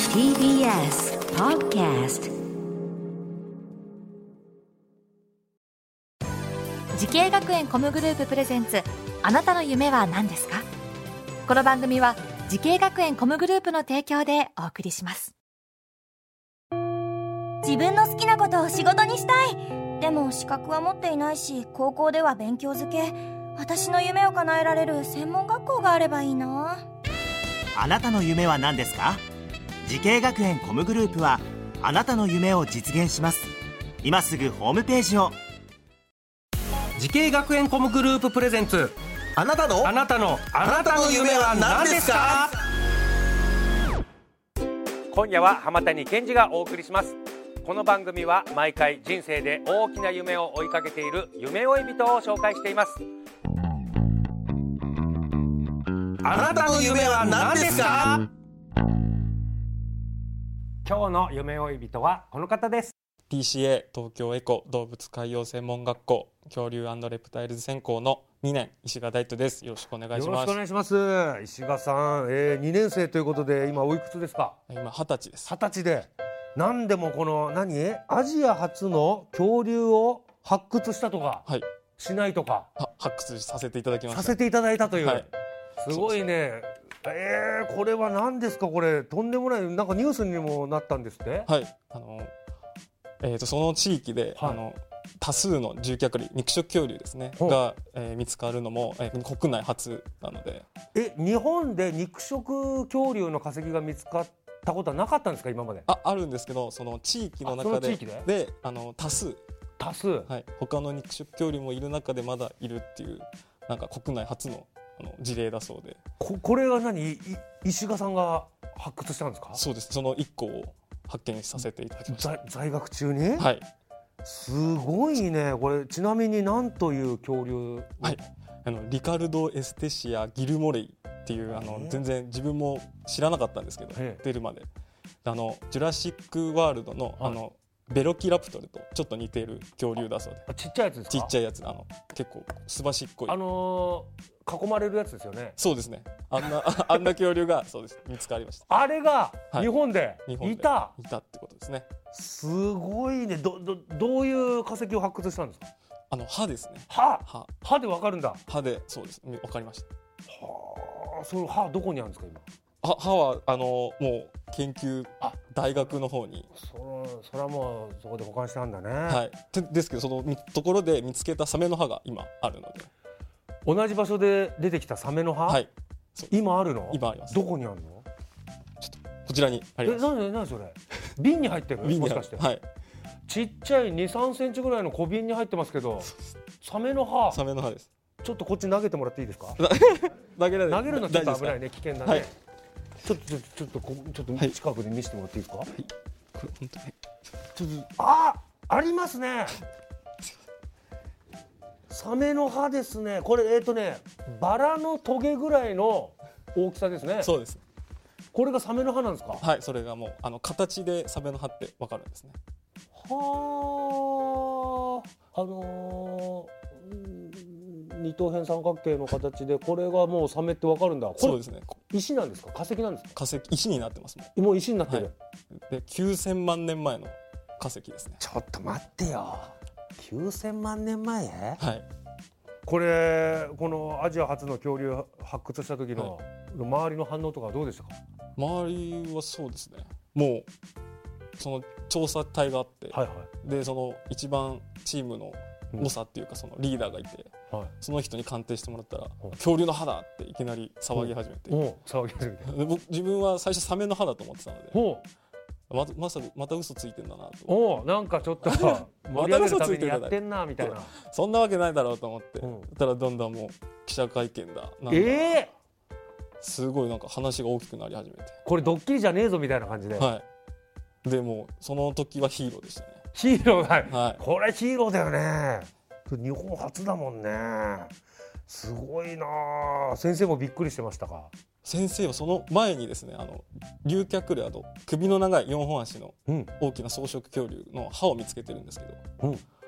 TBS Podcast。 時系学園コムグループプレゼンツ、あなたの夢は何ですか？この番組は時系学園コムグループの提供でお送りします。 自分の好きなことを仕事にしたい。でも資格は持っていないし、高校では勉強づけ。私の夢を叶えられる専門学校があればいいな。 あなたの夢は何ですか？時系学園コムグループはあなたの夢を実現します。今すぐホームページを。 時系学園コムグループプレゼンツ、 あなたの夢は何ですか？ 今夜は浜谷健二がお送りします。この番組は毎回人生で大きな夢を追いかけている夢追い人を紹介しています。 あなたの夢は何ですか？ 今日の夢追い人はこの方です。 TCA 東京エコ動物海洋専門学校恐竜&レプタイルズ専攻の2年石賀大斗です。よろしくお願いします。 よろしくお願いします。石賀さん、2年生ということで今おいくつですか？ 今20歳です。 20歳で、何でもこのアジア初の恐竜を発掘したとか、しないとか発掘させていただきました。 させていただいたという、すごいそうね。これは何ですか？これとんでもない、なんかニュースにもなったんですって。 はい、その地域で、多数の獣脚類、肉食恐竜ですねが、見つかるのも、国内初なので。 日本で肉食恐竜の化石が見つかったことはなかったんですか？今まで。 あるんですけど、その地域の中で多数、他の肉食恐竜もいる中でまだいるっていう、なんか国内初の事例だそうで。 これは石賀さんが発掘したんですか？ そうです。その1個を発見させていただきました。 在学中に？ はい。 すごいね。これちなみに何という恐竜？ リカルド・エステシア・ギルモレイっていう、全然自分も知らなかったんですけど、出るまでジュラシック・ワールドの、ベロキラプトルとちょっと似ている恐竜だそうで。 ちっちゃいやつですか？ ちっちゃいやつ、結構すばしっこい、 囲まれるやつですよね。 そうですね。あんな恐竜がそうです、見つかりました。 あれが日本でいたってことですね。 すごいね。どういう化石を発掘したんですか？ 歯ですね。 歯でわかるんだ。 歯で、そうです、わかりました。 その歯どこにあるんですか今？ 歯はもう研究大学の方に。 それはもうそこで保管してあるんだね。 はい。ですけど、そのところで見つけたサメの歯が今あるので。 同じ場所で出てきたサメの歯？はい。今あるの？ 今あります。 どこにあるの？ ちょっとこちらにあります。 何それ？瓶に入ってる？もしかして。はい。ちっちゃい 2,3 センチぐらいの小瓶に入ってますけど、サメの歯？サメの歯です。ちょっとこっち投げてもらっていいですか？投げるのちょっと危ないね。危険だね。ちょっと近くで見せてもらっていいですか？はい。これ本当に。ありますね。サメの歯ですね。これバラのトゲぐらいの大きさですね。そうです。これがサメの歯なんですか？はい。それがもう形でサメの歯ってわかるんですね。二等辺三角形の形で、これがもうサメってわかるんだ。そうですね。石なんですか？化石なんですか？石になってますもん。もう石になってる。で、9000万年前の化石ですね。ちょっと待ってよ。9000万年前？はい。このアジア初の恐竜発掘した時の周りの反応とかどうでしたか？周りはそうですね。もうその調査隊があって、でその一番チームの猛者っていうか、そのリーダーがいて、その人に鑑定してもらったら、恐竜の歯だっていきなり騒ぎ始めて、自分は最初サメの歯だと思ってたので、また嘘ついてんだなと。なんかちょっと盛り上げるためにやってんなみたいな。そんなわけないだろうと思って、たらだんだんもう記者会見だなんだ、すごいなんか話が大きくなり始めて、これドッキリじゃねえぞみたいな感じで。でもその時はヒーローでしたね。ヒーローだ。これヒーローだよね。日本初だもんね。すごいな。先生もびっくりしてましたか？先生はその前にですね、竜脚類、首の長い4本足の大きな草食恐竜の歯を見つけてるんですけど、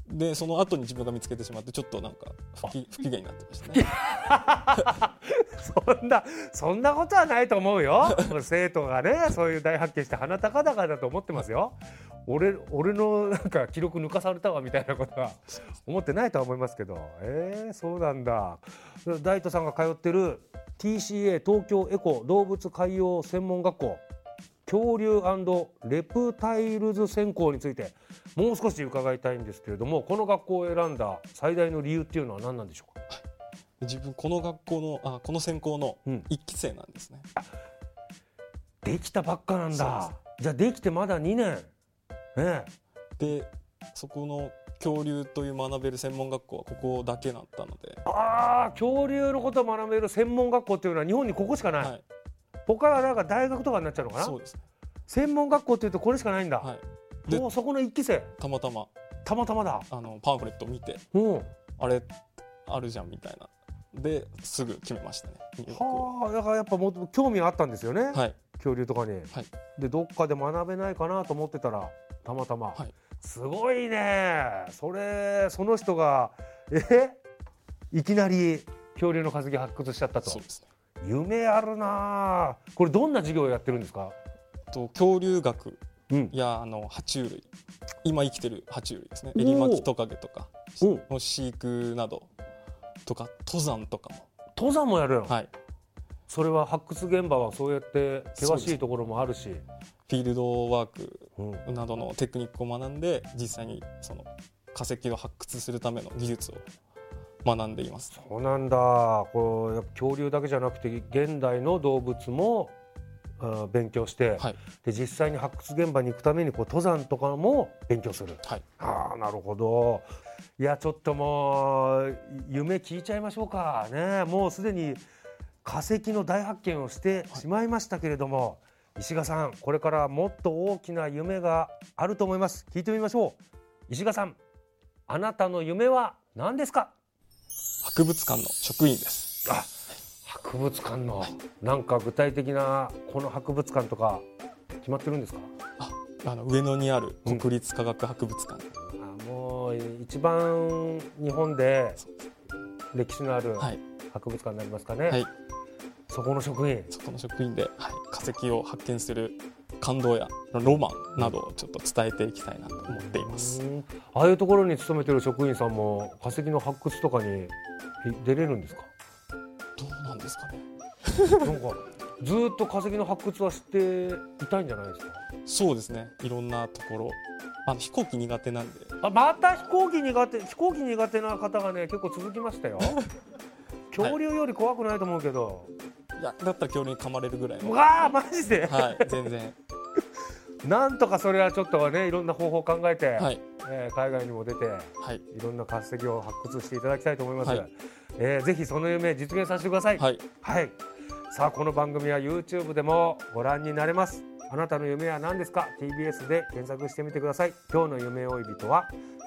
でその後に自分が見つけてしまってちょっとなんか不機嫌になってましたねそんなことはないと思うよ生徒がねそういう大発見して鼻高々だと思ってますよ。俺のなんか記録抜かされたわみたいなことは思ってないとは思いますけど、そうなんだ。大斗さんが通ってる TCA 東京エコ動物海洋専門学校恐竜&レプタイルズ専攻についてもう少し伺いたいんですけれども、この学校を選んだ最大の理由っていうのは何なんでしょうか。 自分この学校のこの専攻の1期生なんですね、 できたばっかなんだ。じゃあできてまだ2年、 でそこの恐竜という学べる専門学校はここだけだったので、 恐竜のことを学べる専門学校っていうのは日本にここしかない、他はなんか大学とかになっちゃうのかな。 そうです、 専門学校っていうとこれしかないんだ、もうそこの1期生たまたまだパンフレットを見て、あれあるじゃんみたいなですぐ決めましたね。 だからやっぱもっと興味があったんですよね、恐竜とかに、でどっかで学べないかなと思ってたらたまたま、すごいね。その人がいきなり恐竜の化石発掘しちゃったと。 そうですね、 夢あるな。これどんな授業をやってるんですか。 恐竜学や爬虫類、今生きてる爬虫類ですね、エリマキトカゲとかの飼育などとか登山とかも。 登山もやるの。それは発掘現場はそうやって険しいところもあるし、 フィールドワークなどのテクニックを学んで実際にその化石を発掘するための技術を学んでいます。 そうなんだ。こうやっぱ恐竜だけじゃなくて現代の動物も勉強して、で実際に発掘現場に行くために登山とかも勉強する、なるほど。いやちょっともう夢聞いちゃいましょうかね。もうすでに化石の大発見をしてしまいましたけれども、石賀さんこれからもっと大きな夢があると思います。聞いてみましょう。石賀さん、あなたの夢は何ですか。 博物館の職員です。 博物館の、なんか具体的なこの博物館とか決まってるんですか。 上野にある国立科学博物館、 もう一番日本で歴史のある博物館になりますかね。そこの職員で、化石を発見する感動やロマンなどをちょっと伝えていきたいなと思っています。 ああいうところに勤めている職員さんも化石の発掘とかに出れるんですか。 どうなんですかねなんかずっと化石の発掘はしていたいんじゃないですか。 そうですね、いろんなところ飛行機苦手なんで。 また飛行機苦手な方がね結構続きましたよ恐竜より怖くないと思うけど、 いやだったら恐竜に噛まれるぐらいの。 マジで全然なんとかそれはちょっとねいろんな方法を考えて、海外にも出て、いろんな化石を発掘していただきたいと思います、ぜひその夢実現させてください。さあこの番組は YouTube でもご覧になれます。あなたの夢は何ですか。 TBS で検索してみてください。今日の夢追い人は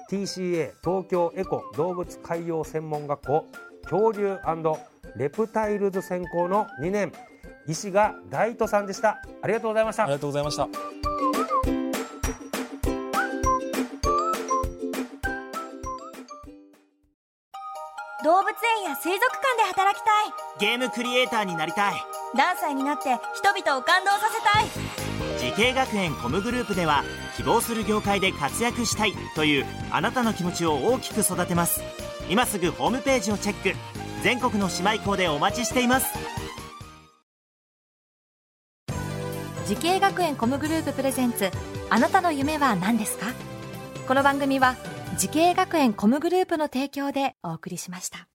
TCA 東京エコ動物海洋専門学校恐竜&レプタイルズ専攻の2年石賀大斗さんでした。ありがとうございました。 ありがとうございました。 動物園や水族館で働きたい。 ゲームクリエイターになりたい。 何歳になって人々を感動させたい。 時系学園コムグループでは希望する業界で活躍したいというあなたの気持ちを大きく育てます。今すぐホームページをチェック。全国の姉妹校でお待ちしています。 時系学園コムグループプレゼンツ、あなたの夢は何ですか。この番組は時系学園コムグループの提供でお送りしました。